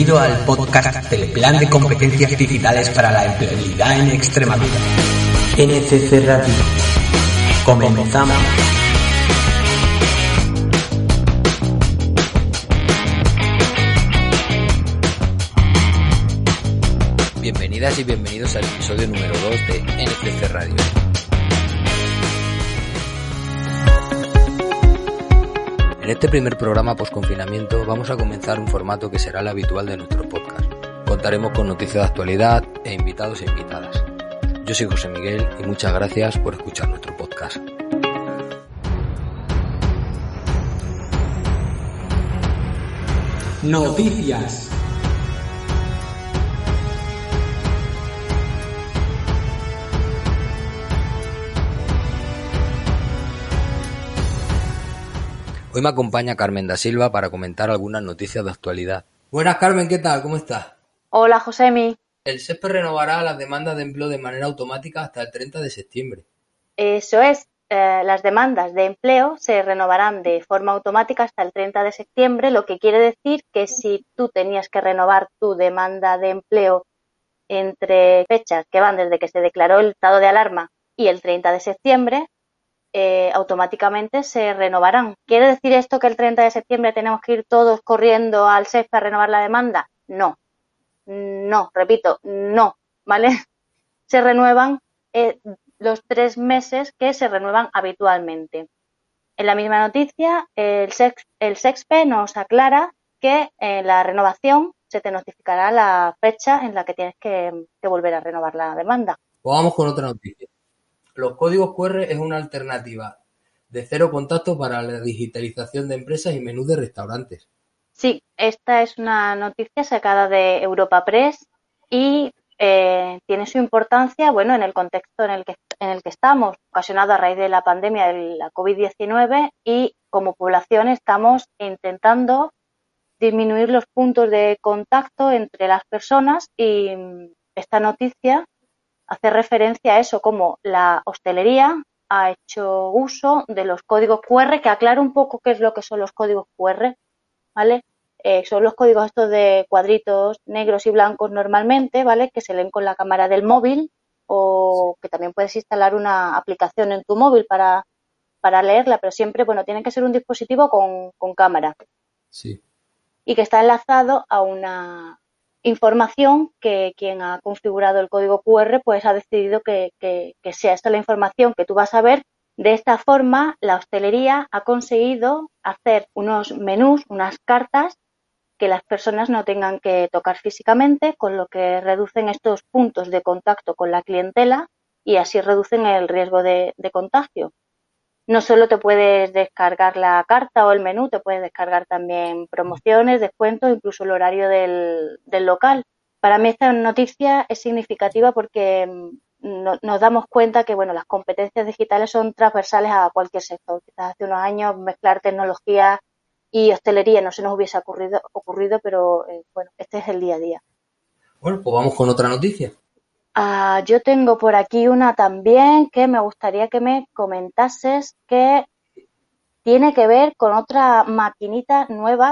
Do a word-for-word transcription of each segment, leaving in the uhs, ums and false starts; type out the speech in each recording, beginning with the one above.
Bienvenido al podcast del Plan de Competencias Digitales para la Empleabilidad en Extremadura. N C C Radio. Comenzamos. Bienvenidas y bienvenidos al episodio número dos de N C C Radio. En este primer programa post-confinamiento vamos a comenzar un formato que será el habitual de nuestro podcast. Contaremos con noticias de actualidad e invitados e invitadas. Yo soy José Miguel y muchas gracias por escuchar nuestro podcast. Noticias. Hoy me acompaña Carmen da Silva para comentar algunas noticias de actualidad. Buenas, Carmen, ¿qué tal? ¿Cómo estás? Hola, Josemi. El SESPE renovará las demandas de empleo de manera automática hasta el treinta de septiembre. Eso es, eh, las demandas de empleo se renovarán de forma automática hasta el treinta de septiembre, lo que quiere decir que si tú tenías que renovar tu demanda de empleo entre fechas que van desde que se declaró el estado de alarma y el treinta de septiembre, Eh, automáticamente se renovarán. ¿Quiere decir esto que el treinta de septiembre tenemos que ir todos corriendo al SESPE a renovar la demanda? No, no, repito, no, ¿vale? Se renuevan eh, los tres meses que se renuevan habitualmente. En la misma noticia, el, SEX, el SESPE nos aclara que en la renovación se te notificará la fecha en la que tienes que, que volver a renovar la demanda. Pues vamos con otra noticia. Los códigos cu erre es una alternativa de cero contacto para la digitalización de empresas y menús de restaurantes. Sí, esta es una noticia sacada de Europa Press y eh, tiene su importancia, bueno, en el contexto en el que en el que estamos, ocasionado a raíz de la pandemia de la covid diecinueve, y como población estamos intentando disminuir los puntos de contacto entre las personas, y esta noticia hace referencia a eso, como la hostelería ha hecho uso de los códigos cu erre, que aclaro un poco qué es lo que son los códigos cu erre, ¿vale? Eh, son los códigos estos de cuadritos negros y blancos normalmente, ¿vale? Que se leen con la cámara del móvil, o que también puedes instalar una aplicación en tu móvil para, para leerla, pero siempre, bueno, tiene que ser un dispositivo con, con cámara. Sí. Y que está enlazado a una información que quien ha configurado el código cu erre pues ha decidido que, que, que sea esta la información que tú vas a ver. De esta forma, la hostelería ha conseguido hacer unos menús, unas cartas que las personas no tengan que tocar físicamente, con lo que reducen estos puntos de contacto con la clientela y así reducen el riesgo de, de contagio. No solo te puedes descargar la carta o el menú, te puedes descargar también promociones, descuentos, incluso el horario del, del local. Para mí esta noticia es significativa porque no, nos damos cuenta que, bueno, las competencias digitales son transversales a cualquier sector. Quizás hace unos años mezclar tecnología y hostelería no se nos hubiese ocurrido, ocurrido pero eh, bueno, este es el día a día. Bueno, pues vamos con otra noticia. Uh, yo tengo por aquí una también que me gustaría que me comentases, que tiene que ver con otra maquinita nueva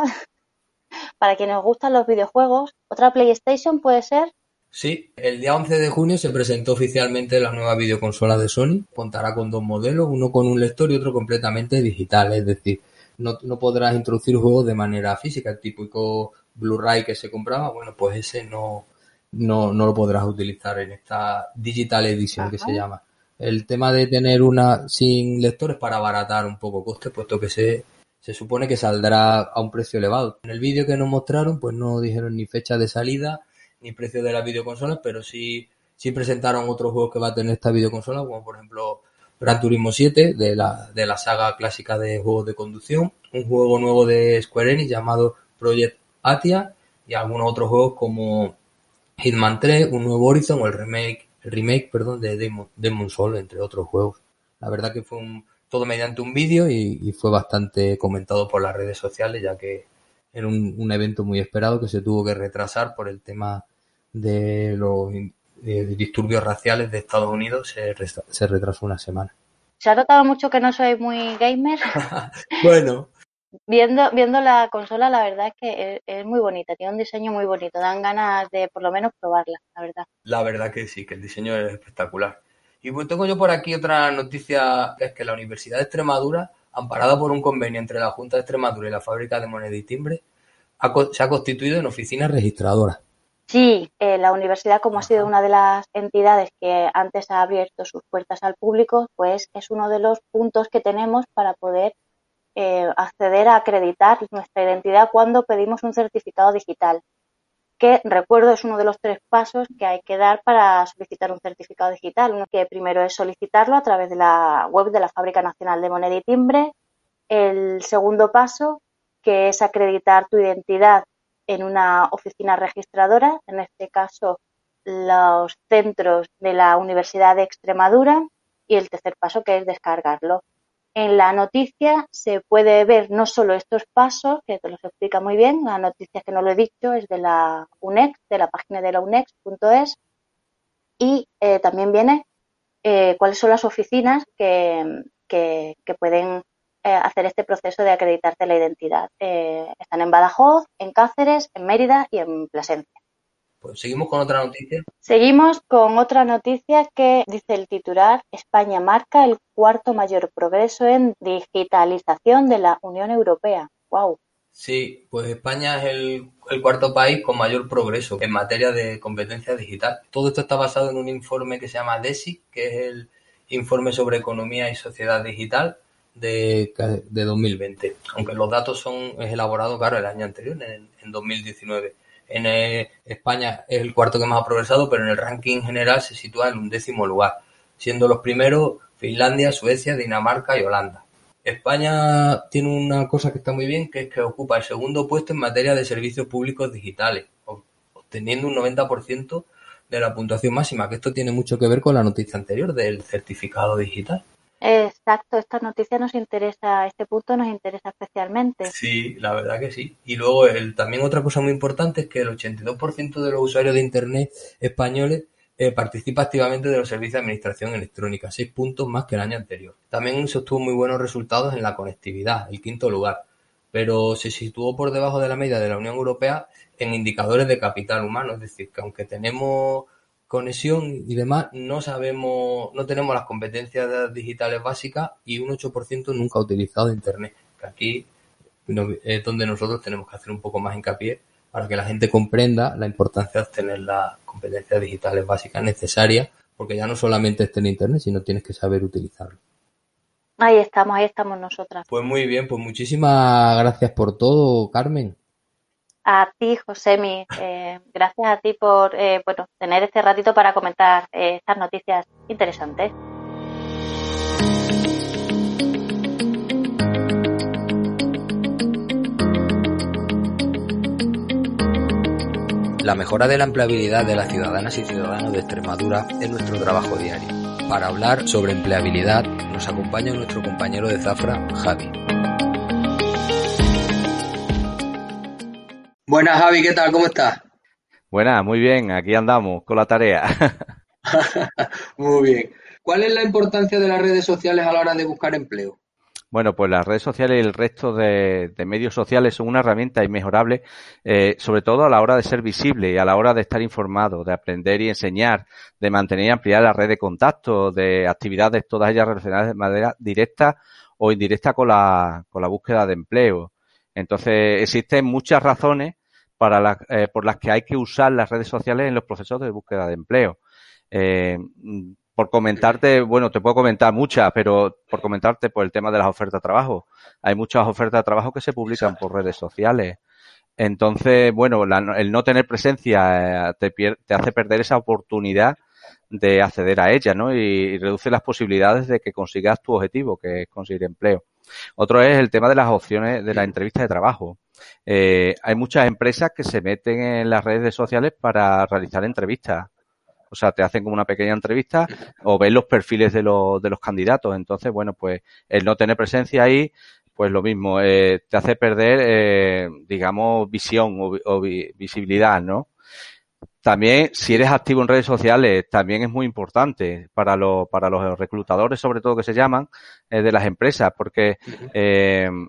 para quienes os gustan los videojuegos. ¿Otra PlayStation puede ser? Sí, el día once de junio se presentó oficialmente la nueva videoconsola de Sony. Contará con dos modelos, uno con un lector y otro completamente digital, es decir, no, no podrás introducir juegos de manera física. El típico Blu-ray que se compraba, bueno, pues ese no... No, no lo podrás utilizar en esta Digital Edition. Ajá. Que se llama. El tema de tener una sin lectores para abaratar un poco costes, puesto que se, se supone que saldrá a un precio elevado. En el vídeo que nos mostraron, pues no dijeron ni fecha de salida, ni precio de las videoconsolas, pero sí, sí presentaron otros juegos que va a tener esta videoconsola, como por ejemplo Gran Turismo siete, de la, de la saga clásica de juegos de conducción, un juego nuevo de Square Enix llamado Project Athia, y algunos otros juegos como Hitman tres, un nuevo Horizon o el remake, el remake, perdón, de Demon, Demon Soul, entre otros juegos. La verdad que fue un, todo mediante un vídeo y, y fue bastante comentado por las redes sociales, ya que era un, un evento muy esperado que se tuvo que retrasar por el tema de los de disturbios raciales de Estados Unidos. Se, se retrasó una semana. ¿Se ha notado mucho que no soy muy gamer? Bueno. Viendo, viendo la consola, la verdad es que es, es muy bonita, tiene un diseño muy bonito, dan ganas de por lo menos probarla, la verdad. La verdad que sí, que el diseño es espectacular. Y pues tengo yo por aquí otra noticia, que es que la Universidad de Extremadura, amparada por un convenio entre la Junta de Extremadura y la Fábrica de Moneda y Timbre, ha co- se ha constituido en oficina registradora. Sí, eh, la universidad, como ha sido Ajá. una de las entidades que antes ha abierto sus puertas al público, pues es uno de los puntos que tenemos para poder eh, acceder a acreditar nuestra identidad cuando pedimos un certificado digital, que recuerdo es uno de los tres pasos que hay que dar para solicitar un certificado digital. Uno que primero es solicitarlo a través de la web de la Fábrica Nacional de Moneda y Timbre. El segundo paso, que es acreditar tu identidad en una oficina registradora, en este caso los centros de la Universidad de Extremadura. Y el tercer paso, que es descargarlo. En la noticia se puede ver no solo estos pasos, que te los explica muy bien, la noticia que no lo he dicho es de la UNEX, de la página de la unex punto es, y eh, también viene eh, cuáles son las oficinas que, que, que pueden eh, hacer este proceso de acreditarte la identidad. Eh, están en Badajoz, en Cáceres, en Mérida y en Plasencia. Pues seguimos con otra noticia. Seguimos con otra noticia que dice el titular: España marca el cuarto mayor progreso en digitalización de la Unión Europea. ¡Wow! Sí, pues España es el, el cuarto país con mayor progreso en materia de competencia digital. Todo esto está basado en un informe que se llama DESI, que es el Informe sobre Economía y Sociedad Digital de, de dos mil veinte. Aunque los datos son es elaborado, claro, el año anterior, en, en dos mil diecinueve. En eh, España es el cuarto que más ha progresado, pero en el ranking general se sitúa en un décimo lugar, siendo los primeros Finlandia, Suecia, Dinamarca y Holanda. España tiene una cosa que está muy bien, que es que ocupa el segundo puesto en materia de servicios públicos digitales, obteniendo un noventa por ciento de la puntuación máxima, que esto tiene mucho que ver con la noticia anterior del certificado digital. Exacto, esta noticia nos interesa, este punto nos interesa especialmente. Sí, la verdad que sí. Y luego el, también otra cosa muy importante es que el ochenta y dos por ciento de los usuarios de Internet españoles eh, participa activamente de los servicios de administración electrónica, seis puntos más que el año anterior. También se obtuvo muy buenos resultados en la conectividad, el quinto lugar, pero se situó por debajo de la media de la Unión Europea en indicadores de capital humano, es decir, que aunque tenemos conexión y demás, no sabemos, no tenemos las competencias digitales básicas y un ocho por ciento nunca ha utilizado Internet, que aquí es donde nosotros tenemos que hacer un poco más hincapié para que la gente comprenda la importancia de obtener las competencias digitales básicas necesarias, porque ya no solamente está en Internet, sino tienes que saber utilizarlo. Ahí estamos, ahí estamos nosotras. Pues muy bien, pues muchísimas gracias por todo, Carmen. A ti, Josemi, eh, gracias a ti por eh, bueno, tener este ratito para comentar eh, estas noticias interesantes. La mejora de la empleabilidad de las ciudadanas y ciudadanos de Extremadura es nuestro trabajo diario. Para hablar sobre empleabilidad nos acompaña nuestro compañero de Zafra, Javi. Buenas, Javi, ¿qué tal? ¿Cómo estás? Buenas, muy bien, aquí andamos con la tarea. Muy bien. ¿Cuál es la importancia de las redes sociales a la hora de buscar empleo? Bueno, pues las redes sociales y el resto de, de medios sociales son una herramienta inmejorable, eh, sobre todo a la hora de ser visible y a la hora de estar informado, de aprender y enseñar, de mantener y ampliar la red de contactos, de actividades, todas ellas relacionadas de manera directa o indirecta con la, con la búsqueda de empleo. Entonces, existen muchas razones para las, eh, por las que hay que usar las redes sociales en los procesos de búsqueda de empleo. Eh, Por comentarte, bueno, te puedo comentar muchas, pero por comentarte por el tema de las ofertas de trabajo. Hay muchas ofertas de trabajo que se publican por redes sociales. Entonces, bueno, la, el no tener presencia eh, te, pier, te hace perder esa oportunidad de acceder a ella, ¿no? Y, y reduce las posibilidades de que consigas tu objetivo, que es conseguir empleo. Otro es el tema de las opciones de la entrevista de trabajo. Eh, hay muchas empresas que se meten en las redes sociales para realizar entrevistas. O sea, te hacen como una pequeña entrevista o ven los perfiles de los, de los candidatos. Entonces, bueno, pues el no tener presencia ahí, pues lo mismo, eh, te hace perder, eh, digamos, visión o, o vi, visibilidad, ¿no? También, si eres activo en redes sociales, también es muy importante para los, para los reclutadores, sobre todo que se llaman, eh, de las empresas, porque eh,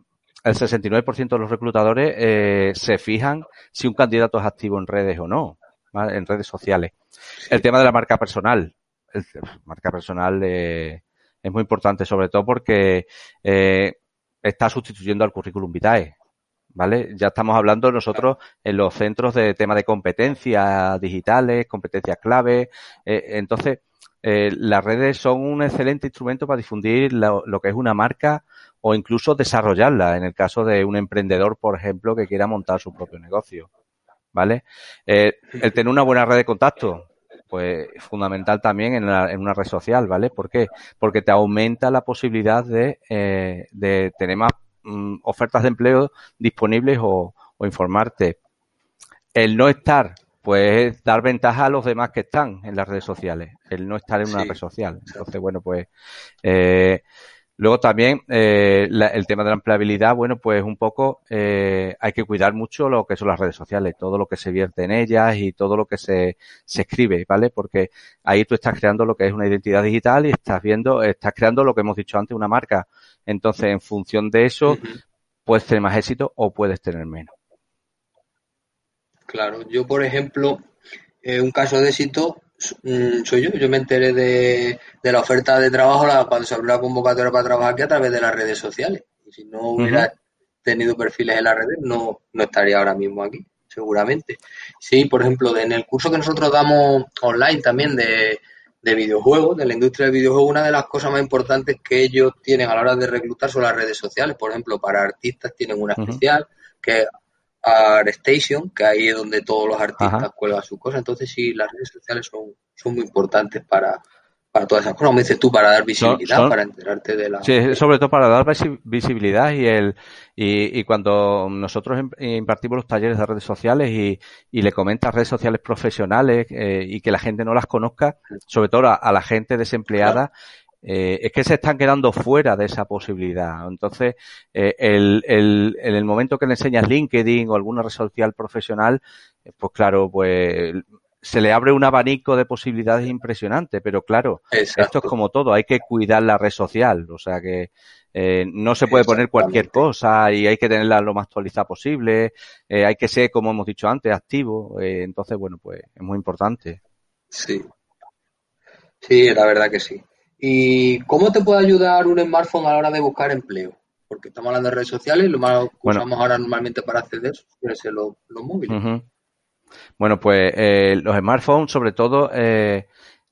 el sesenta y nueve por ciento de los reclutadores eh, se fijan si un candidato es activo en redes o no, ¿vale? En redes sociales. El tema de la marca personal. El, marca personal eh, es muy importante, sobre todo porque eh, está sustituyendo al currículum vitae, ¿vale? Ya estamos hablando nosotros en los centros de tema de competencias digitales, competencias clave. Eh, entonces, eh, las redes son un excelente instrumento para difundir lo, lo que es una marca o incluso desarrollarla en el caso de un emprendedor, por ejemplo, que quiera montar su propio negocio, ¿vale? Eh, el tener una buena red de contacto, pues fundamental también en, la, en una red social, ¿vale? ¿Por qué? Porque te aumenta la posibilidad de, eh, de tener más mm, ofertas de empleo disponibles o, o informarte. El no estar, pues dar ventaja a los demás que están en las redes sociales, el no estar en una sí. red social. Entonces, bueno, pues eh, luego también eh, la, el tema de la empleabilidad, bueno, pues un poco eh, hay que cuidar mucho lo que son las redes sociales, todo lo que se vierte en ellas y todo lo que se, se escribe, ¿vale? Porque ahí tú estás creando lo que es una identidad digital y estás viendo, estás creando lo que hemos dicho antes, una marca. Entonces, en función de eso, uh-huh. puedes tener más éxito o puedes tener menos. Claro, yo, por ejemplo, eh, un caso de éxito soy yo. Yo me enteré de, de la oferta de trabajo la, cuando se abrió la convocatoria para trabajar aquí a través de las redes sociales. Y si no hubiera uh-huh. tenido perfiles en las redes, no, no estaría ahora mismo aquí, seguramente. Sí, por ejemplo, en el curso que nosotros damos online también de, de videojuegos, de la industria del videojuego, una de las cosas más importantes que ellos tienen a la hora de reclutar son las redes sociales. Por ejemplo, para artistas tienen una especial uh-huh. que es ArtStation, que ahí es donde todos los artistas Ajá. cuelgan sus cosas. Entonces sí, las redes sociales son, son muy importantes para, para todas esas cosas, como dices tú, para dar visibilidad, son, son, para enterarte de la... Sí, sobre todo para dar visibilidad y el y, y cuando nosotros impartimos los talleres de redes sociales y, y le comentas redes sociales profesionales eh, y que la gente no las conozca, sobre todo a, a la gente desempleada, claro. Eh, es que se están quedando fuera de esa posibilidad. Entonces, eh, el, el, en el momento que le enseñas LinkedIn o alguna red social profesional, eh, pues claro, pues se le abre un abanico de posibilidades impresionante, pero claro, Exacto. esto es como todo, hay que cuidar la red social, o sea que eh, no se puede poner cualquier cosa y hay que tenerla lo más actualizada posible, eh, hay que ser, como hemos dicho antes, activo, eh, entonces, bueno, pues es muy importante. Sí, sí, la verdad que sí. ¿Y cómo te puede ayudar un smartphone a la hora de buscar empleo? Porque estamos hablando de redes sociales, lo más que bueno, usamos ahora normalmente para acceder suelen ser los, los móviles. Uh-huh. Bueno, pues eh, los smartphones, sobre todo, eh,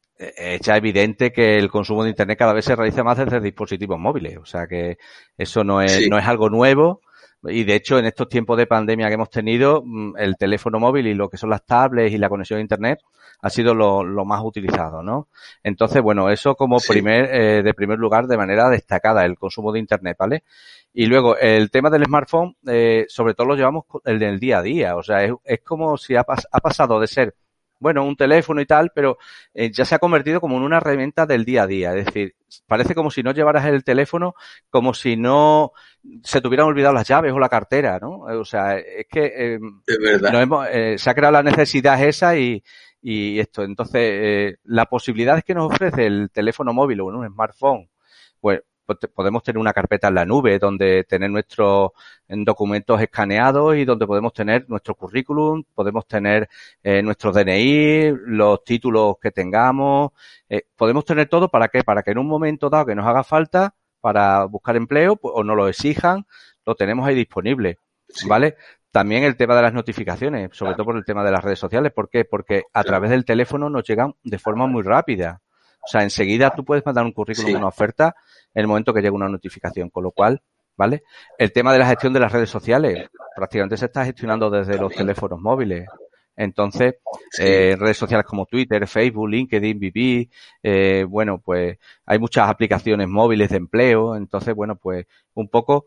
es ya evidente que el consumo de Internet cada vez se realiza más desde dispositivos móviles. O sea que eso no es, sí. no es algo nuevo. Y de hecho, en estos tiempos de pandemia que hemos tenido, el teléfono móvil y lo que son las tablets y la conexión a Internet ha sido lo, lo más utilizado, ¿no? Entonces, bueno, eso como sí. primer, eh, de primer lugar, de manera destacada, el consumo de Internet, ¿vale? Y luego, el tema del smartphone, eh, sobre todo lo llevamos en el día a día. O sea, es, es como si ha, pas- ha pasado de ser, bueno, un teléfono y tal, pero eh, ya se ha convertido como en una herramienta del día a día. Es decir, parece como si no llevaras el teléfono, como si no se te hubieran olvidado las llaves o la cartera, ¿no? O sea, es que eh, es verdad. Nos hemos, eh, se ha creado la necesidad esa y, y esto. Entonces, eh, las posibilidades que nos ofrece el teléfono móvil o en un smartphone, pues podemos tener una carpeta en la nube donde tener nuestros documentos escaneados y donde podemos tener nuestro currículum, podemos tener eh, nuestro D N I, los títulos que tengamos, eh, podemos tener todo ¿para qué? Para que en un momento dado que nos haga falta para buscar empleo pues, o nos lo exijan, lo tenemos ahí disponible, sí. ¿vale? También el tema de las notificaciones, sobre claro. todo por el tema de las redes sociales. ¿Por qué? Porque a claro. través del teléfono nos llegan de forma muy rápida. O sea, enseguida tú puedes mandar un currículum, sí. una oferta, en el momento que llega una notificación. Con lo cual, ¿vale? El tema de la gestión de las redes sociales, prácticamente se está gestionando desde los teléfonos móviles. Entonces, sí. eh, redes sociales como Twitter, Facebook, LinkedIn, B B, eh, bueno, pues hay muchas aplicaciones móviles de empleo. Entonces, bueno, pues un poco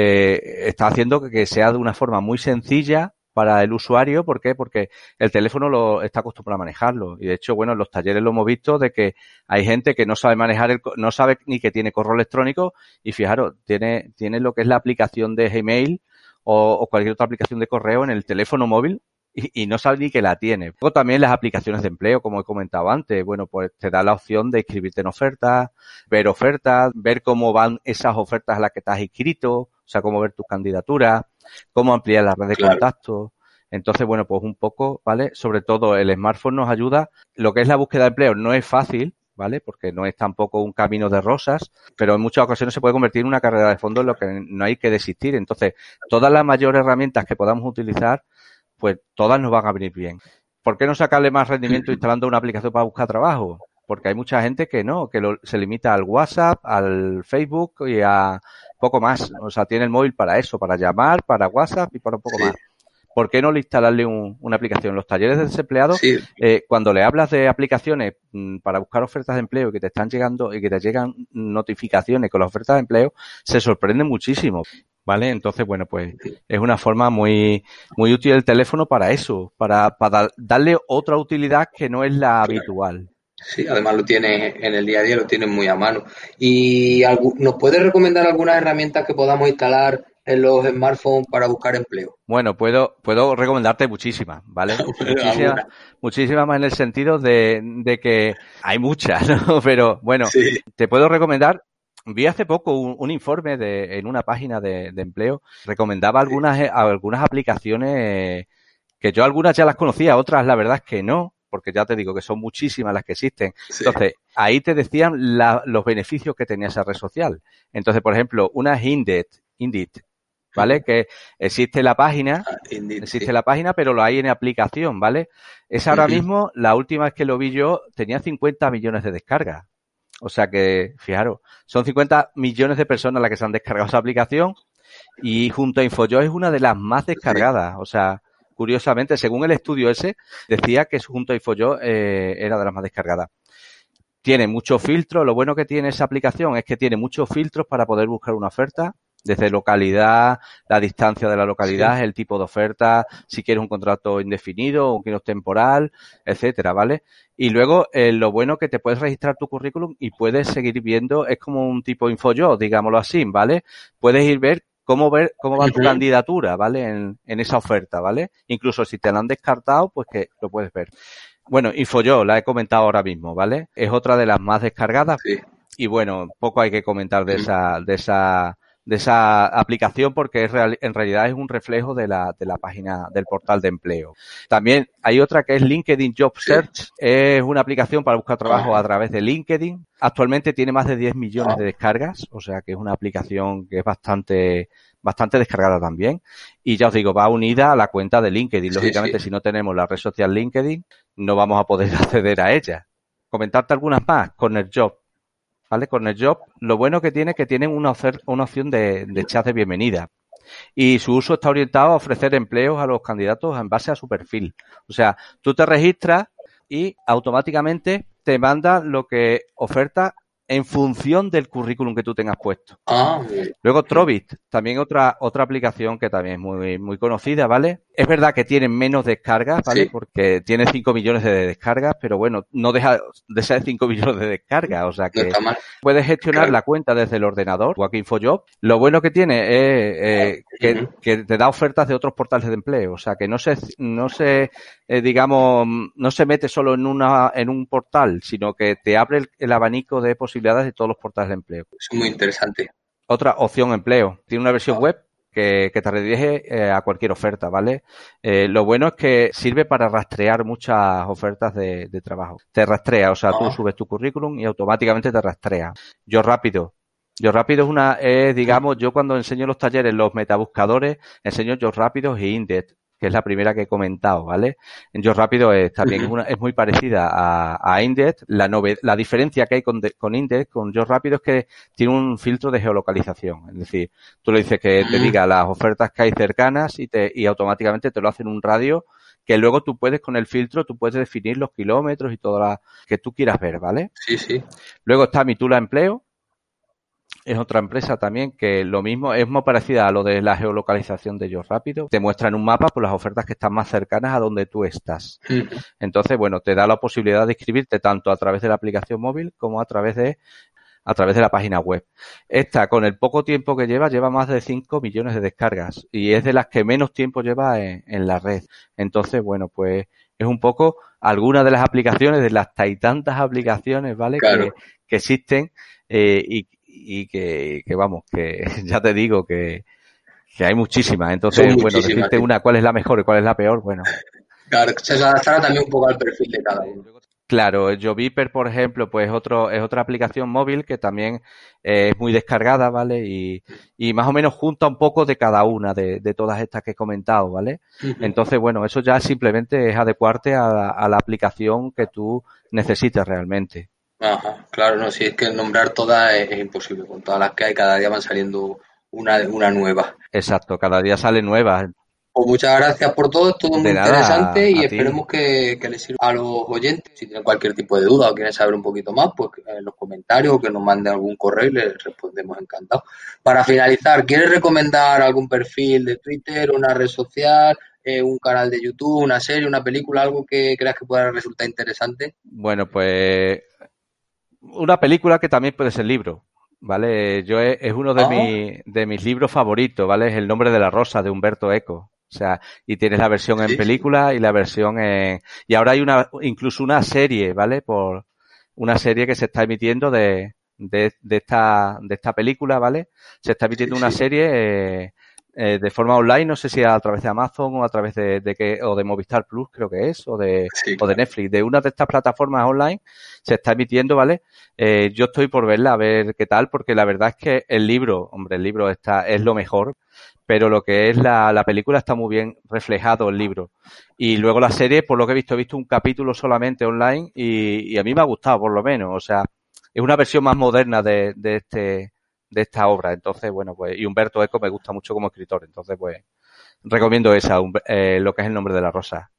eh, está haciendo que, que sea de una forma muy sencilla para el usuario. ¿Por qué? Porque el teléfono lo está acostumbrado a manejarlo. Y de hecho, bueno, en los talleres lo hemos visto de que hay gente que no sabe manejar, el, no sabe ni que tiene correo electrónico y fijaros, tiene, tiene lo que es la aplicación de Gmail o, o cualquier otra aplicación de correo en el teléfono móvil y, y no sabe ni que la tiene. Luego también las aplicaciones de empleo, como he comentado antes, bueno, pues te da la opción de inscribirte en ofertas, ver ofertas, ver cómo van esas ofertas a las que te has inscrito. O O sea, cómo ver tus candidaturas, cómo ampliar la red de Claro. contactos. Entonces, bueno, pues un poco, ¿vale? Sobre todo el smartphone nos ayuda. Lo que es la búsqueda de empleo no es fácil, ¿vale? Porque no es tampoco un camino de rosas, pero en muchas ocasiones se puede convertir en una carrera de fondo en lo que no hay que desistir. Entonces, todas las mayores herramientas que podamos utilizar, pues todas nos van a venir bien. ¿Por qué no sacarle más rendimiento instalando una aplicación para buscar trabajo? Porque hay mucha gente que no, que lo, se limita al WhatsApp, al Facebook y a poco más. O sea, tiene el móvil para eso, para llamar, para WhatsApp y para un poco Sí. más. ¿Por qué no le instalarle un, una aplicación? Los talleres de desempleados, Sí, eh, cuando le hablas de aplicaciones mm, para buscar ofertas de empleo y que te están llegando y que te llegan notificaciones con las ofertas de empleo, se sorprenden muchísimo, ¿vale? Entonces, bueno, pues es una forma muy muy útil el teléfono para eso, para, para darle otra utilidad que no es la habitual. sí, además lo tienes en el día a día, lo tienes muy a mano. ¿Y algu- nos puedes recomendar algunas herramientas que podamos instalar en los smartphones para buscar empleo? Bueno, puedo, puedo recomendarte muchísimas, ¿vale? Muchísimas, Algunas. muchísimas más en el sentido de, de que hay muchas, ¿no? Pero bueno, Sí, te puedo recomendar. Vi hace poco un, un informe de, en una página de, de empleo, recomendaba algunas, eh, algunas aplicaciones eh, que yo algunas ya las conocía, otras la verdad es que no, porque ya te digo que son muchísimas las que existen. sí. Entonces, ahí te decían la, los beneficios que tenía esa red social. Entonces, por ejemplo, una es Indeed, Indeed, ¿vale? Que existe la página, Ah, Indeed, existe sí. la página, pero lo hay en aplicación, ¿vale? Esa ahora Ujú. mismo, la última vez que lo vi yo, tenía cincuenta millones de descargas. O sea que, fijaros, son cincuenta millones de personas las que se han descargado esa aplicación y junto a InfoJob es una de las más descargadas. O sea, curiosamente, según el estudio ese, decía que junto a InfoJob eh, era de las más descargadas. Tiene muchos filtros. Lo bueno que tiene esa aplicación es que tiene muchos filtros para poder buscar una oferta. Desde localidad, la distancia de la localidad, Sí. el tipo de oferta, si quieres un contrato indefinido o un contrato temporal, etcétera, ¿vale? Y luego, eh, lo bueno que te puedes registrar tu currículum y puedes seguir viendo, es como un tipo InfoJob, digámoslo así, ¿vale? Puedes ir ver cómo ver cómo va tu Ujú. candidatura, ¿vale? En, en esa oferta, ¿vale? Incluso si te la han descartado, pues que lo puedes ver. Bueno, InfoJob, la he comentado ahora mismo, ¿vale? Es otra de las más descargadas Sí. y bueno, poco hay que comentar de esa, de esa, de esa aplicación porque es real, en realidad es un reflejo de la, de la página del portal de empleo. También hay otra que es LinkedIn Job Sí. Search. Es una aplicación para buscar trabajo Ah. a través de LinkedIn. Actualmente tiene más de diez millones Ah. de descargas, o sea que es una aplicación que es bastante, bastante descargada también. Y ya os digo, va unida a la cuenta de LinkedIn. Sí, Lógicamente, sí. si no tenemos la red social LinkedIn, no vamos a poder acceder a ella. Comentarte algunas más. CornerJob. ¿Vale? CornerJob, lo bueno que tiene es que tienen una, ofer- una opción de, de chat de bienvenida. Y su uso está orientado a ofrecer empleos a los candidatos en base a su perfil. O sea, tú te registras y automáticamente te manda lo que oferta en función del currículum que tú tengas puesto. Ah, muy bien. Luego Trovit, también otra otra aplicación que también es muy muy conocida, ¿vale? Es verdad que tiene menos descargas, ¿vale? Sí. Porque tiene cinco millones de descargas, pero bueno, no deja de ser cinco millones de descargas, o sea No que está mal. puedes gestionar Claro. la cuenta desde el ordenador o aquí InfoJob. Lo bueno que tiene es eh, que, Ujú. que te da ofertas de otros portales de empleo, o sea que no se no se eh, digamos no se mete solo en una en un portal, sino que te abre el, el abanico de posibilidades de todos los portales de empleo. Es muy interesante. Otra opción empleo. Tiene una versión Ah. web que, que te redirige eh, a cualquier oferta, ¿vale? Eh, lo bueno es que sirve para rastrear muchas ofertas de, de trabajo. Te rastrea, o sea, tú Ah. subes tu currículum y automáticamente te rastrea. Yo Rápido. Yo Rápido es una, es, digamos, yo cuando enseño los talleres, los metabuscadores, enseño Yo Rápido y Indeed, que es la primera que he comentado, ¿vale? En Yo Rápido es también es, una, es muy parecida a, a Indeed. La, nove, la diferencia que hay con, de, con Indeed, con Yo Rápido, es que tiene un filtro de geolocalización. Es decir, tú le dices que te diga las ofertas que hay cercanas y, te, y automáticamente te lo hace en un radio que luego tú puedes, con el filtro, tú puedes definir los kilómetros y todo lo que tú quieras ver, ¿vale? Sí, sí. Luego está Mitula Empleo. Es otra empresa también que lo mismo, es muy parecida a lo de la geolocalización de Yo Rápido. Te muestra en un mapa por las ofertas que están más cercanas a donde tú estás. Uh-huh. Entonces, bueno, te da la posibilidad de inscribirte tanto a través de la aplicación móvil como a través de a través de la página web. Esta, con el poco tiempo que lleva, lleva más de cinco millones de descargas y es de las que menos tiempo lleva en, en la red. Entonces, bueno, pues es un poco algunas de las aplicaciones, de las y tantas aplicaciones, ¿vale? Claro. Que, que existen eh, y y que, que vamos, que ya te digo que, que hay muchísimas. Entonces, Son bueno, muchísimas, decirte sí. una cuál es la mejor y cuál es la peor, bueno. Claro, se adaptará también un poco al perfil de cada uno. Claro, Joviper, por ejemplo, pues otro, es otra aplicación móvil que también eh, es muy descargada, ¿vale? Y, y más o menos junta un poco de cada una de, de todas estas que he comentado, ¿vale? Uh-huh. Entonces, bueno, eso ya simplemente es adecuarte a, a la aplicación que tú necesites realmente. Ajá, claro, no, si es que nombrar todas es, es imposible, con todas las que hay, cada día van saliendo una, una nueva. Exacto, cada día salen nuevas. Pues muchas gracias por todo, es todo muy De nada, interesante y a esperemos ti. que, que les sirva a los oyentes. Si tienen cualquier tipo de duda o quieren saber un poquito más, pues en los comentarios o que nos manden algún correo y les respondemos encantados. Para finalizar, ¿quieres recomendar algún perfil de Twitter, una red social, eh, un canal de YouTube, una serie, una película, algo que creas que pueda resultar interesante? Bueno, pues una película que también puede ser libro, ¿vale? Yo es, es uno de, Ah. mi, de mis libros favoritos, ¿vale? Es El nombre de la rosa de Humberto Eco. O sea, y tienes la versión en Sí, película y la versión en... Y ahora hay una, incluso una serie, ¿vale? Por una serie que se está emitiendo de, de, de esta, de esta película, ¿vale? Se está emitiendo sí, una sí. serie eh, eh, de forma online, no sé si a través de Amazon o a través de, de que, o de Movistar Plus, creo que es, o de, Sí, o claro. de Netflix, de una de estas plataformas online se está emitiendo, ¿vale? Eh, yo estoy por verla, a ver qué tal, porque la verdad es que el libro, hombre, el libro está, es lo mejor, pero lo que es la, la película está muy bien reflejado el libro. Y luego la serie, por lo que he visto, he visto un capítulo solamente online y, y a mí me ha gustado, por lo menos. O sea, es una versión más moderna de, de este, de esta obra. Entonces, bueno, pues, y Humberto Eco me gusta mucho como escritor. Entonces, pues, recomiendo esa, eh, lo que es El nombre de la rosa.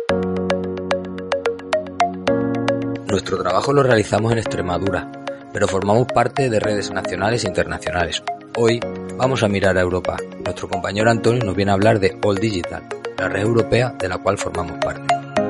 Nuestro trabajo lo realizamos en Extremadura, pero formamos parte de redes nacionales e internacionales. Hoy vamos a mirar a Europa. Nuestro compañero Antonio nos viene a hablar de All Digital, la red europea de la cual formamos parte.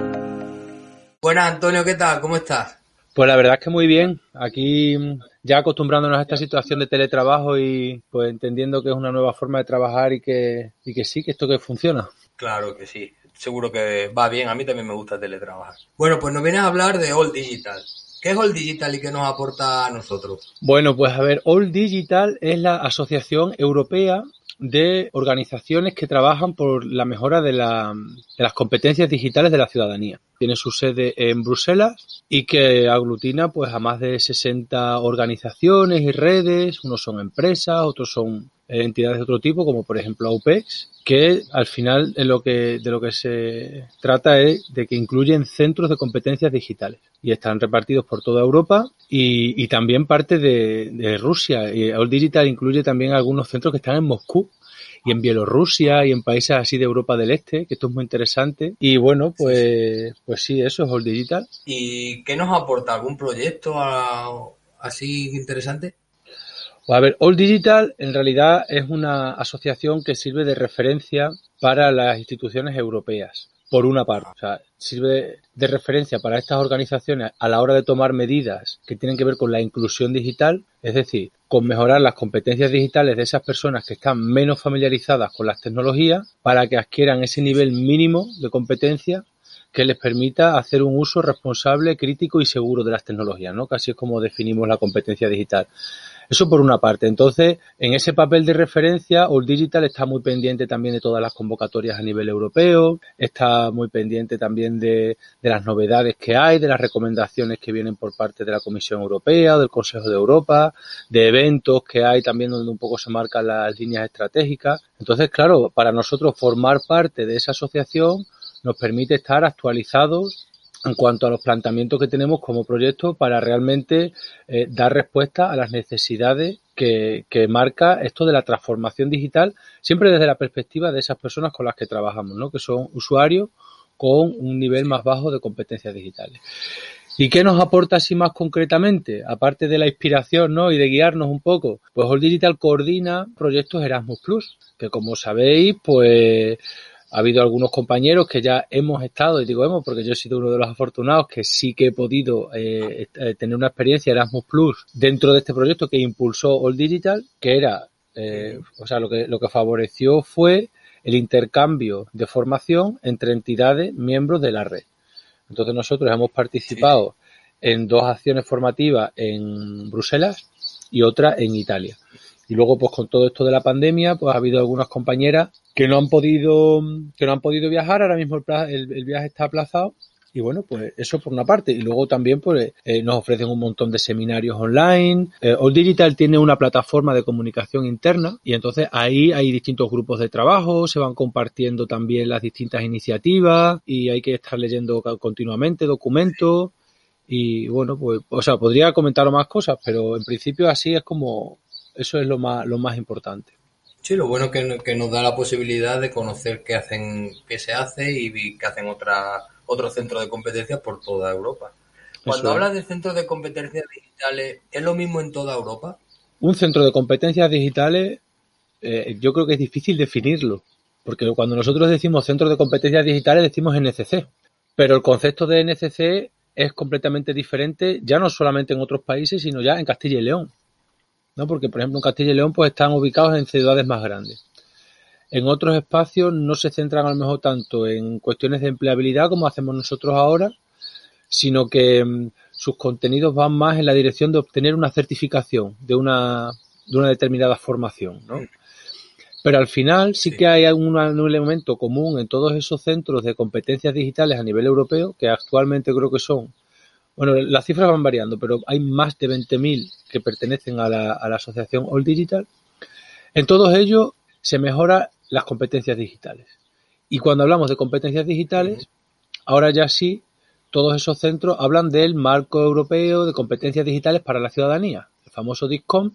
Buenas, Antonio, ¿qué tal? ¿Cómo estás? Pues la verdad es que muy bien. Aquí ya acostumbrándonos a esta situación de teletrabajo y pues entendiendo que es una nueva forma de trabajar y que, y que sí, que esto que funciona. Claro que sí. Seguro que va bien. A mí también me gusta teletrabajar. Bueno, pues nos vienes a hablar de All Digital. ¿Qué es All Digital y qué nos aporta a nosotros? Bueno, pues a ver, All Digital es la Asociación Europea de organizaciones que trabajan por la mejora de, la, de las competencias digitales de la ciudadanía. Tiene su sede en Bruselas y que aglutina pues a más de sesenta organizaciones y redes. Unos son empresas, otros son entidades de otro tipo, como por ejemplo AUPEX, que al final de lo que, de lo que se trata es de que incluyen centros de competencias digitales y están repartidos por toda Europa y, y también parte de, de Rusia. Y All Digital incluye también algunos centros que están en Moscú y en Bielorrusia y en países así de Europa del Este, que esto es muy interesante. Y bueno, pues, pues sí, eso es All Digital. ¿Y qué nos aporta? ¿Algún proyecto a, así interesante? A ver, All Digital en realidad es una asociación que sirve de referencia para las instituciones europeas, por una parte. O sea, sirve de referencia para estas organizaciones a la hora de tomar medidas que tienen que ver con la inclusión digital, es decir, con mejorar las competencias digitales de esas personas que están menos familiarizadas con las tecnologías para que adquieran ese nivel mínimo de competencia que les permita hacer un uso responsable, crítico y seguro de las tecnologías, ¿no? Casi es como definimos la competencia digital. Eso por una parte. Entonces, en ese papel de referencia, All Digital está muy pendiente también de todas las convocatorias a nivel europeo, está muy pendiente también de, de las novedades que hay, de las recomendaciones que vienen por parte de la Comisión Europea, del Consejo de Europa, de eventos que hay también donde un poco se marcan las líneas estratégicas. Entonces, claro, para nosotros formar parte de esa asociación nos permite estar actualizados en cuanto a los planteamientos que tenemos como proyecto para realmente eh, dar respuesta a las necesidades que, que marca esto de la transformación digital, siempre desde la perspectiva de esas personas con las que trabajamos, ¿no? Que son usuarios con un nivel más bajo de competencias digitales. ¿Y qué nos aporta así más concretamente? Aparte de la inspiración, ¿no? Y de guiarnos un poco, pues All Digital coordina proyectos Erasmus Plus, que como sabéis, pues ha habido algunos compañeros que ya hemos estado, y digo hemos porque yo he sido uno de los afortunados que sí que he podido eh, tener una experiencia Erasmus Plus dentro de este proyecto que impulsó All Digital, que era, eh, o sea, lo que, lo que favoreció fue el intercambio de formación entre entidades miembros de la red. Entonces nosotros hemos participado sí. en dos acciones formativas en Bruselas y otra en Italia. Y luego, pues con todo esto de la pandemia, pues ha habido algunas compañeras que no han podido, que no han podido viajar. Ahora mismo el, el, el viaje está aplazado. Y bueno, pues eso por una parte. Y luego también pues eh, nos ofrecen un montón de seminarios online. Eh, All Digital tiene una plataforma de comunicación interna y entonces ahí hay distintos grupos de trabajo, se van compartiendo también las distintas iniciativas y hay que estar leyendo continuamente documentos. Y bueno, pues, o sea, podría comentar más cosas, pero en principio así es como, eso es lo más, lo más importante. Sí, lo bueno es que, que nos da la posibilidad de conocer qué hacen, qué se hace y qué hacen otras otros centros de competencias por toda Europa. Cuando Eso hablas es. de centros de competencias digitales, ¿es lo mismo en toda Europa? Un centro de competencias digitales, eh, yo creo que es difícil definirlo, porque cuando nosotros decimos centros de competencias digitales decimos N C C, pero el concepto de N C C es completamente diferente, ya no solamente en otros países, sino ya en Castilla y León, ¿no? Porque, por ejemplo, en Castilla y León pues están ubicados en ciudades más grandes. En otros espacios no se centran a lo mejor tanto en cuestiones de empleabilidad como hacemos nosotros ahora, sino que um, sus contenidos van más en la dirección de obtener una certificación de una, de una determinada formación, ¿no? Pero al final sí, sí. que hay un, un elemento común en todos esos centros de competencias digitales a nivel europeo, que actualmente creo que son, bueno, las cifras van variando, pero hay más de veinte mil que pertenecen a la, a la asociación All Digital. En todos ellos se mejora las competencias digitales. Y cuando hablamos de competencias digitales, ahora ya sí, todos esos centros hablan del marco europeo de competencias digitales para la ciudadanía, el famoso DICCOM,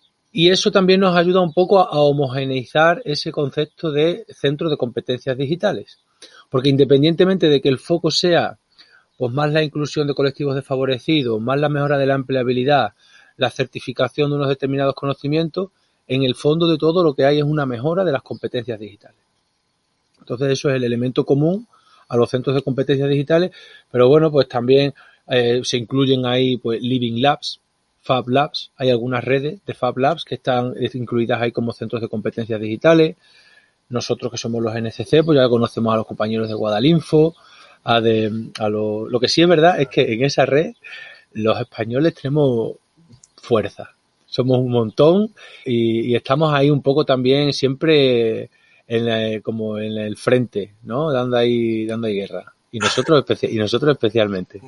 y eso también nos ayuda un poco a homogeneizar ese concepto de centro de competencias digitales. Porque independientemente de que el foco sea pues más la inclusión de colectivos desfavorecidos, más la mejora de la empleabilidad, la certificación de unos determinados conocimientos, en el fondo de todo lo que hay es una mejora de las competencias digitales. Entonces eso es el elemento común a los centros de competencias digitales, pero bueno, pues también eh, se incluyen ahí pues Living Labs, Fab Labs, hay algunas redes de Fab Labs que están incluidas ahí como centros de competencias digitales. Nosotros que somos los N C C, pues ya conocemos a los compañeros de Guadalinfo, a, de, a lo, lo que sí es verdad es que en esa red los españoles tenemos fuerza. Somos un montón y, y estamos ahí un poco también siempre en la, como en el frente, ¿no? Dando ahí, dando ahí guerra. Y nosotros, especi- y nosotros especialmente.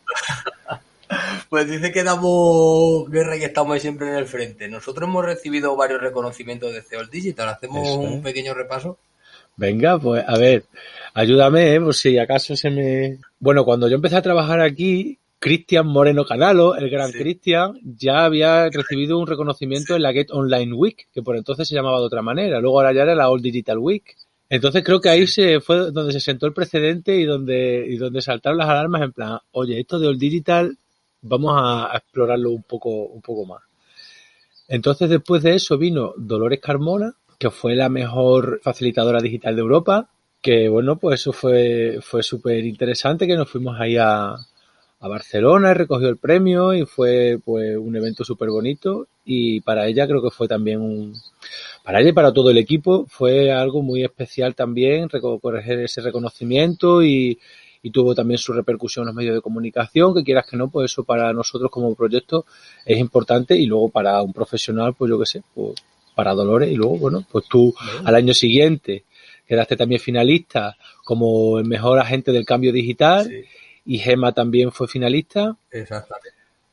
Pues dice que damos guerra y que estamos ahí siempre en el frente. Nosotros hemos recibido varios reconocimientos de All Digital. ¿Hacemos Eso, un ¿eh? pequeño repaso? Venga, pues a ver, ayúdame, ¿eh? Por si acaso se me... Bueno, cuando yo empecé a trabajar aquí, Cristian Moreno Canalo, el gran sí. Cristian, ya había recibido un reconocimiento sí. en la Get Online Week, que por entonces se llamaba de otra manera. Luego ahora ya era la All Digital Week. Entonces creo que ahí sí. se fue donde se sentó el precedente y donde y donde saltaron las alarmas en plan, oye, esto de All Digital vamos a, a explorarlo un poco un poco más. Entonces después de eso vino Dolores Carmona, que fue la mejor facilitadora digital de Europa, que bueno, pues eso fue fue súper interesante, que nos fuimos ahí a a Barcelona y recogió el premio y fue pues un evento súper bonito y para ella creo que fue también un... Para ella y para todo el equipo fue algo muy especial también recoger ese reconocimiento y, y tuvo también su repercusión en los medios de comunicación, que quieras que no, pues eso para nosotros como proyecto es importante y luego para un profesional, pues yo qué sé, pues para Dolores y luego, bueno, pues tú al año siguiente quedaste también finalista como el mejor agente del cambio digital. Sí. Y Gema también fue finalista. Exactamente.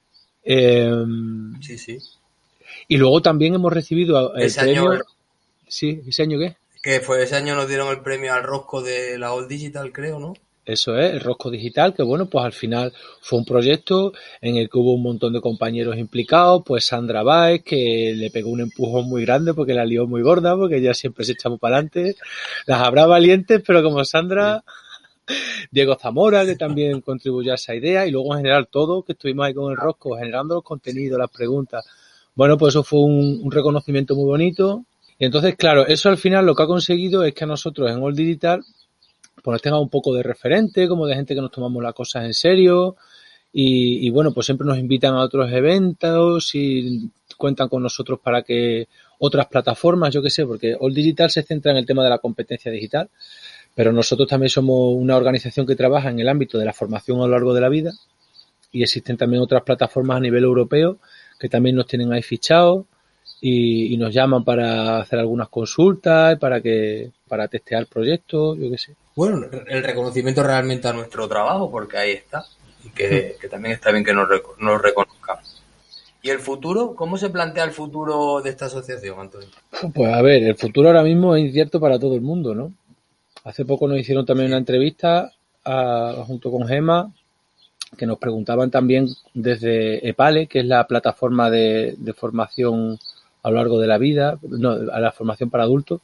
Eh, sí, sí. Y luego también hemos recibido el ese premio... Año, sí, ¿ese año qué? Que fue ese año nos dieron el premio al Rosco de la All Digital, creo, ¿no? Eso es, el Rosco Digital, que bueno, pues al final fue un proyecto en el que hubo un montón de compañeros implicados, pues Sandra Baez, que le pegó un empujón muy grande porque la lió muy gorda, porque ella siempre se echaba para adelante. Las habrá valientes, pero como Sandra... Sí. Diego Zamora, que también contribuyó a esa idea, y luego en general todos que estuvimos ahí con el Rosco generando los contenidos, las preguntas. Bueno, pues eso fue un, un reconocimiento muy bonito. Y entonces, claro, eso al final lo que ha conseguido es que a nosotros en All Digital pues nos tenga un poco de referente, como de gente que nos tomamos las cosas en serio. Y, y bueno, pues siempre nos invitan a otros eventos y cuentan con nosotros para que otras plataformas, yo qué sé, porque All Digital se centra en el tema de la competencia digital. Pero nosotros también somos una organización que trabaja en el ámbito de la formación a lo largo de la vida y existen también otras plataformas a nivel europeo que también nos tienen ahí fichados y, y nos llaman para hacer algunas consultas, para que para testear proyectos, yo qué sé. Bueno, el reconocimiento realmente a nuestro trabajo, porque ahí está, y que, que también está bien que nos, nos reconozcamos. ¿Y el futuro? ¿Cómo se plantea el futuro de esta asociación, Antonio? Pues a ver, el futuro ahora mismo es incierto para todo el mundo, ¿no? Hace poco nos hicieron también una entrevista a, junto con Gema, que nos preguntaban también desde EPALE, que es la plataforma de, de formación a lo largo de la vida, no, a la formación para adultos,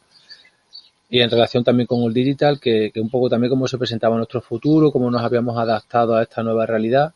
y en relación también con All Digital, que, que un poco también cómo se presentaba nuestro futuro, cómo nos habíamos adaptado a esta nueva realidad.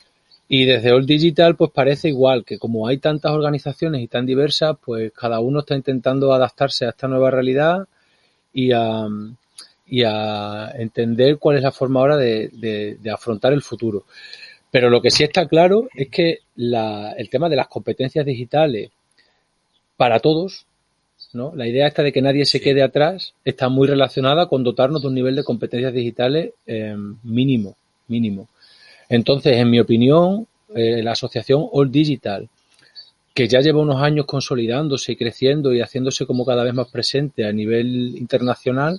Y desde All Digital pues parece igual, que como hay tantas organizaciones y tan diversas, pues cada uno está intentando adaptarse a esta nueva realidad y a, y a entender cuál es la forma ahora de, de, de afrontar el futuro. Pero lo que sí está claro es que la, el tema de las competencias digitales para todos, ¿no? La idea esta de que nadie se quede atrás está muy relacionada con dotarnos de un nivel de competencias digitales eh, mínimo, mínimo. Entonces, en mi opinión, eh, la asociación All Digital, que ya lleva unos años consolidándose y creciendo y haciéndose como cada vez más presente a nivel internacional,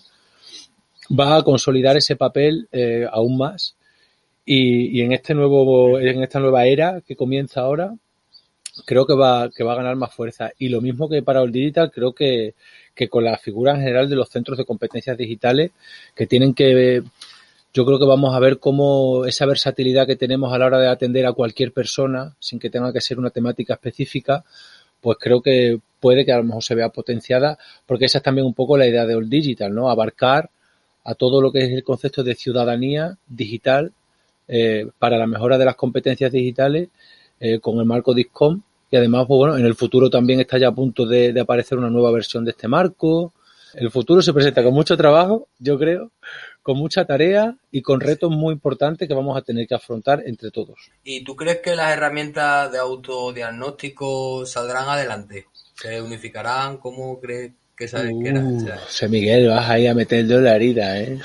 va a consolidar ese papel eh, aún más. Y, y en este nuevo, en esta nueva era que comienza ahora, creo que va, que va a ganar más fuerza. Y lo mismo que para All Digital, creo que, que con la figura en general de los centros de competencias digitales, que tienen que, yo creo que vamos a ver cómo esa versatilidad que tenemos a la hora de atender a cualquier persona, sin que tenga que ser una temática específica, pues creo que puede que a lo mejor se vea potenciada, porque esa es también un poco la idea de All Digital, ¿no? Abarcar a todo lo que es el concepto de ciudadanía digital eh, para la mejora de las competencias digitales eh, con el marco DISCOM, y además, pues bueno, en el futuro también está ya a punto de, de aparecer una nueva versión de este marco. El futuro se presenta con mucho trabajo, yo creo, con mucha tarea y con retos muy importantes que vamos a tener que afrontar entre todos. ¿Y tú crees que las herramientas de autodiagnóstico saldrán adelante? ¿Se unificarán? ¿Cómo crees que sabes que era? Uh, José Miguel, vas ahí a meter el dedo en la herida, ¿eh?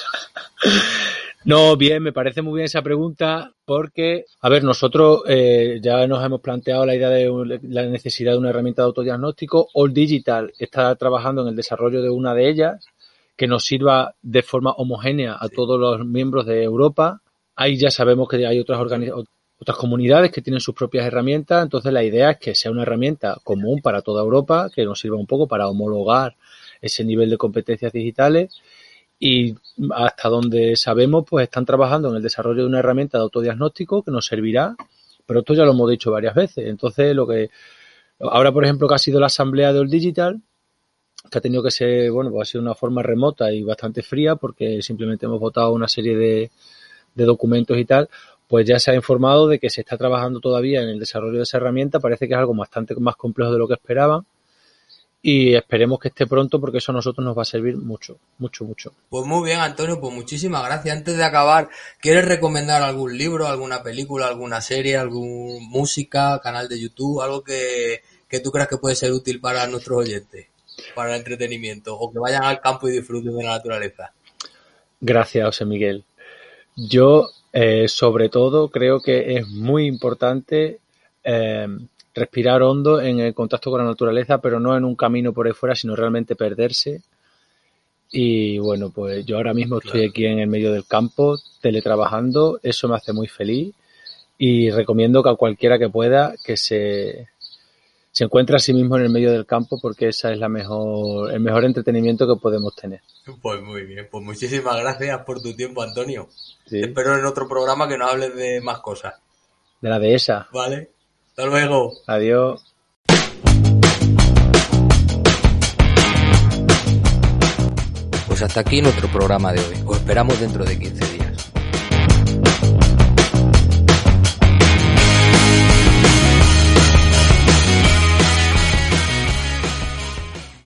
No, bien, me parece muy bien esa pregunta porque, a ver, nosotros eh, ya nos hemos planteado la idea de un, la necesidad de una herramienta de autodiagnóstico. All Digital está trabajando en el desarrollo de una de ellas que nos sirva de forma homogénea a todos los miembros de Europa. Ahí ya sabemos que hay otras organizaciones, otras comunidades que tienen sus propias herramientas, entonces la idea es que sea una herramienta común para toda Europa, que nos sirva un poco para homologar ese nivel de competencias digitales. Y hasta donde sabemos, pues están trabajando en el desarrollo de una herramienta de autodiagnóstico que nos servirá, pero esto ya lo hemos dicho varias veces. Entonces, lo que ahora, por ejemplo, que ha sido la asamblea de All Digital, que ha tenido que ser, bueno, pues ha sido una forma remota y bastante fría, porque simplemente hemos votado una serie de, de documentos y tal, pues ya se ha informado de que se está trabajando todavía en el desarrollo de esa herramienta. Parece que es algo bastante más complejo de lo que esperaban. Y esperemos que esté pronto porque eso a nosotros nos va a servir mucho, mucho, mucho. Pues muy bien, Antonio, pues muchísimas gracias. Antes de acabar, ¿quieres recomendar algún libro, alguna película, alguna serie, alguna música, canal de YouTube, algo que, que tú creas que puede ser útil para nuestros oyentes, para el entretenimiento, o que vayan al campo y disfruten de la naturaleza? Gracias, José Miguel. Yo, eh, sobre todo, creo que es muy importante eh, respirar hondo en el contacto con la naturaleza, pero no en un camino por ahí fuera, sino realmente perderse. Y bueno, pues yo ahora mismo estoy claro. aquí en el medio del campo, teletrabajando, eso me hace muy feliz y recomiendo que a cualquiera que pueda que se, se encuentre a sí mismo en el medio del campo, porque esa es la mejor, el mejor entretenimiento que podemos tener. Pues muy bien, pues muchísimas gracias por tu tiempo, Antonio. Sí. Espero en otro programa que nos hables de más cosas. De la dehesa. Vale. Hasta luego. Adiós. Pues hasta aquí nuestro programa de hoy. Os esperamos dentro de quince días.